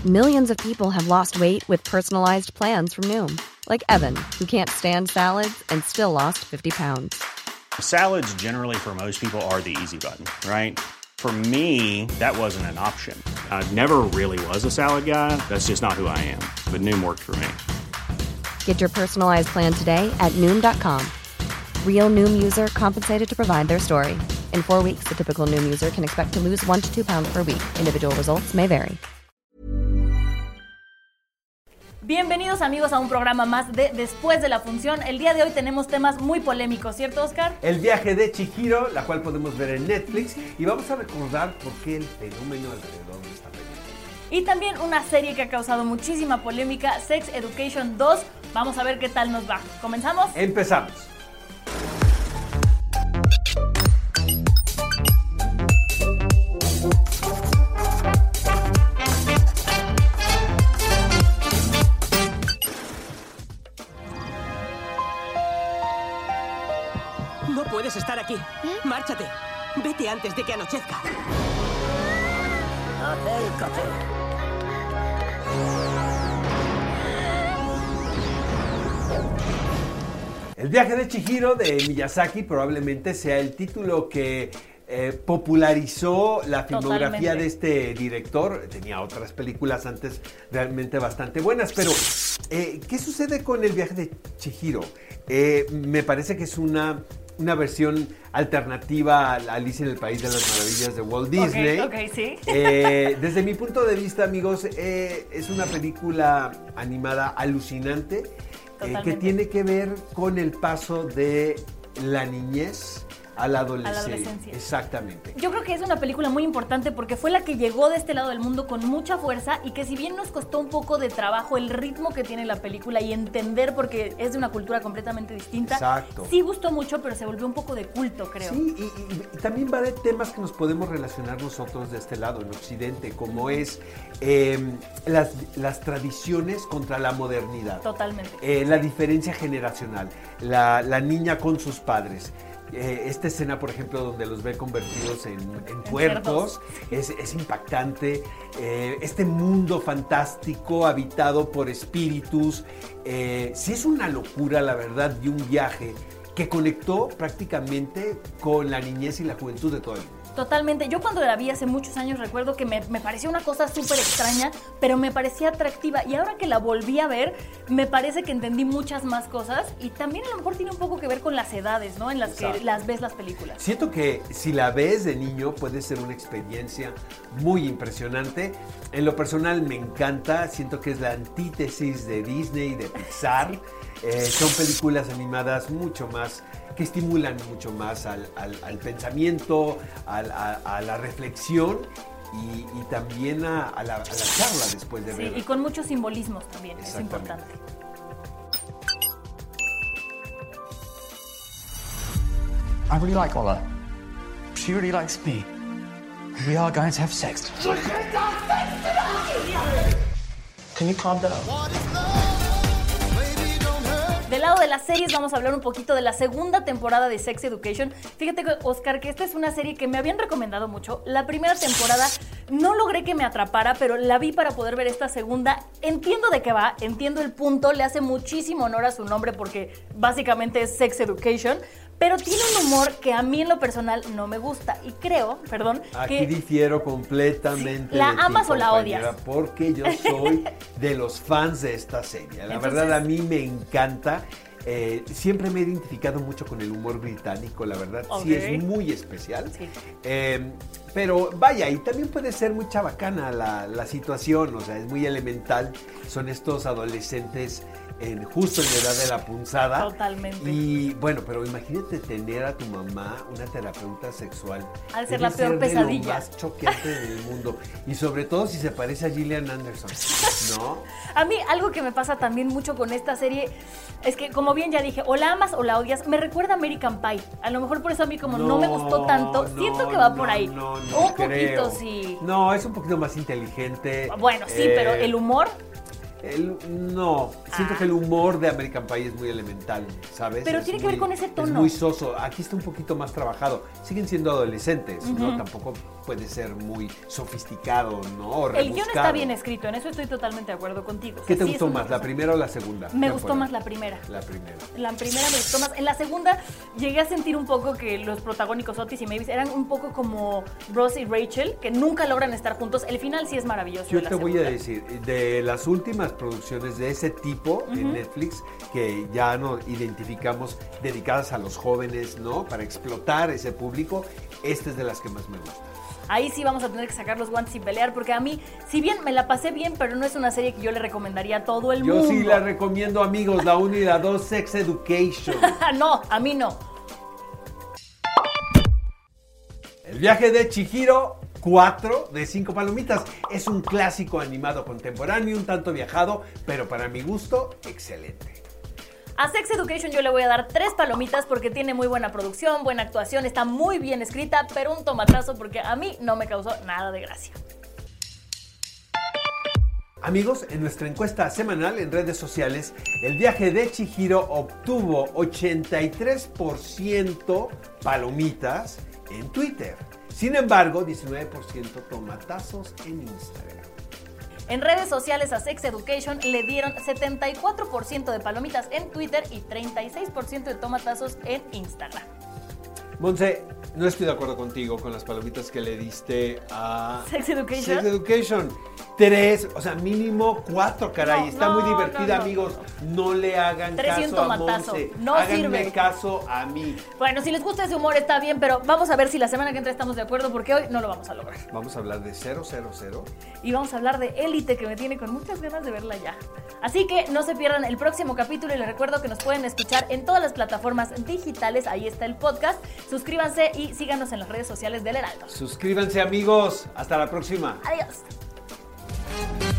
Millions of people have lost weight with personalized plans from Noom. Like Evan, who can't stand salads and still lost 50 pounds. Salads generally for most people are the easy button, right? For me, that wasn't an option. I never really was a salad guy. That's just not who I am. But Noom worked for me. Get your personalized plan today at Noom.com. Real Noom user compensated to provide their story. In 4 weeks, the typical Noom user can expect to lose 1 to 2 pounds per week. Individual results may vary. Bienvenidos amigos a un programa más de Después de la Función. El día de hoy tenemos temas muy polémicos, ¿cierto, Oscar? El viaje de Chihiro, la cual podemos ver en Netflix, y vamos a recordar por qué el fenómeno alrededor de esta película. Y también una serie que ha causado muchísima polémica, Sex Education 2. Vamos a ver qué tal nos va. ¿Comenzamos? Empezamos. No puedes estar aquí. Márchate. Vete antes de que anochezca. Acércate. El viaje de Chihiro de Miyazaki probablemente sea el título que popularizó la filmografía de este director. Tenía otras películas antes realmente bastante buenas, pero ¿qué sucede con el viaje de Chihiro? Me parece que es una versión alternativa a Alicia en el País de las Maravillas de Walt Disney. Ok, sí. Desde mi punto de vista, amigos, es una película animada alucinante que tiene que ver con el paso de la niñez a la adolescencia. Exactamente. Yo creo que es una película muy importante porque fue la que llegó de este lado del mundo con mucha fuerza y que si bien nos costó un poco de trabajo el ritmo que tiene la película y entender porque es de una cultura completamente distinta. Exacto. Sí gustó mucho, pero se volvió un poco de culto, creo. Sí, y también va de temas que nos podemos relacionar nosotros de este lado, en Occidente, como es las tradiciones contra la modernidad. Totalmente. La diferencia generacional, la niña con sus padres. Esta escena, por ejemplo, donde los ve convertidos en puercos, es impactante. Este mundo fantástico habitado por espíritus. Sí es una locura, la verdad, y un viaje que conectó prácticamente con la niñez y la juventud de todo el mundo. Totalmente. Yo cuando la vi hace muchos años recuerdo que me parecía una cosa súper extraña, pero me parecía atractiva. Y ahora que la volví a ver, me parece que entendí muchas más cosas y también a lo mejor tiene un poco que ver con las edades, ¿no? En las que las ves las películas. Siento que si la ves de niño puede ser una experiencia muy impresionante. En lo personal me encanta, siento que es la antítesis de Disney y de Pixar. Son películas animadas mucho más que estimulan mucho más al pensamiento, a la reflexión y también a la charla después de ver. Sí, y con muchos simbolismos también, es importante. I really like Ola. She really likes me. We are going to have sex. Can you calm down? Del lado de las series vamos a hablar un poquito de la segunda temporada de Sex Education. Fíjate, Oscar, que esta es una serie que me habían recomendado mucho. La primera temporada no logré que me atrapara, pero la vi para poder ver esta segunda. Entiendo de qué va, entiendo el punto, le hace muchísimo honor a su nombre porque básicamente es Sex Education. Pero tiene un humor que a mí en lo personal no me gusta. Y creo, Aquí difiero completamente. Sí, ¿la amas o la odias? Porque yo soy de los fans de esta serie. La verdad, a mí me encanta. Siempre me he identificado mucho con el humor británico, la verdad. Sí, es muy especial. Sí. Pero vaya, y también puede ser muy chabacana la situación. O sea, es muy elemental. Son estos adolescentes justo en la edad de la punzada. Totalmente. Y bueno, pero imagínate tener a tu mamá una terapeuta sexual. Al ser la peor pesadilla. Lo más choqueante del mundo. Y sobre todo si se parece a Gillian Anderson, ¿no? A mí algo que me pasa también mucho con esta serie es que, como bien ya dije, o la amas o la odias. Me recuerda a American Pie. A lo mejor por eso a mí como no me gustó tanto. Siento que va por ahí. Un poquito sí. No, es un poquito más inteligente. Bueno, sí, pero el humor... Siento que el humor de American Pie es muy elemental, ¿sabes? Pero tiene que ver con ese tono. Es muy soso. Aquí está un poquito más trabajado. Siguen siendo adolescentes, ¿no? Tampoco puede ser muy sofisticado, ¿no? O El guión está rebuscado. bien escrito, en eso estoy totalmente de acuerdo contigo. ¿Qué te Sí, gustó es una más, la cosa- primera o la segunda? Me gustó temporada? más la primera. La primera. La primera me gustó más. En la segunda llegué a sentir un poco que los protagónicos Otis y Mavis eran un poco como Ross y Rachel, que nunca logran estar juntos. El final sí es maravilloso. Yo de la te voy a segunda. decir, de las últimas producciones de ese tipo en Netflix, que ya nos identificamos dedicadas a los jóvenes, ¿no? Para explotar ese público, esta es de las que más me gusta. Ahí sí vamos a tener que sacar los guantes y pelear, porque a mí, si bien me la pasé bien, pero no es una serie que yo le recomendaría a todo el Yo mundo. sí la recomiendo, amigos, la 1 y la 2, Sex Education. No, a mí no. El viaje de Chihiro, 4 de 5 palomitas. Es un clásico animado contemporáneo, un tanto viajado, pero para mi gusto, excelente. A Sex Education yo le voy a dar 3 palomitas porque tiene muy buena producción, buena actuación, está muy bien escrita, pero un tomatazo porque a mí no me causó nada de gracia. Amigos, en nuestra encuesta semanal en redes sociales, el viaje de Chihiro obtuvo 83% palomitas en Twitter. Sin embargo, 19% tomatazos en Instagram. En redes sociales a Sex Education le dieron 74% de palomitas en Twitter y 36% de tomatazos en Instagram. Monse, no estoy de acuerdo contigo con las palomitas que le diste a Sex Education. Sex Education. 3, o sea, mínimo 4, caray. No, Está no, muy divertida, no, amigos. No le hagan 3 y un caso a tomatazo. Monse. No Háganme sirve. caso a mí. Bueno, si les gusta ese humor está bien, pero vamos a ver si la semana que entra estamos de acuerdo porque hoy no lo vamos a lograr. Vamos a hablar de 000. Y vamos a hablar de Élite, que me tiene con muchas ganas de verla ya. Así que no se pierdan el próximo capítulo y les recuerdo que nos pueden escuchar en todas las plataformas digitales. Ahí está el podcast. Suscríbanse y síganos en las redes sociales del Heraldo. Suscríbanse, amigos. Hasta la próxima. Adiós.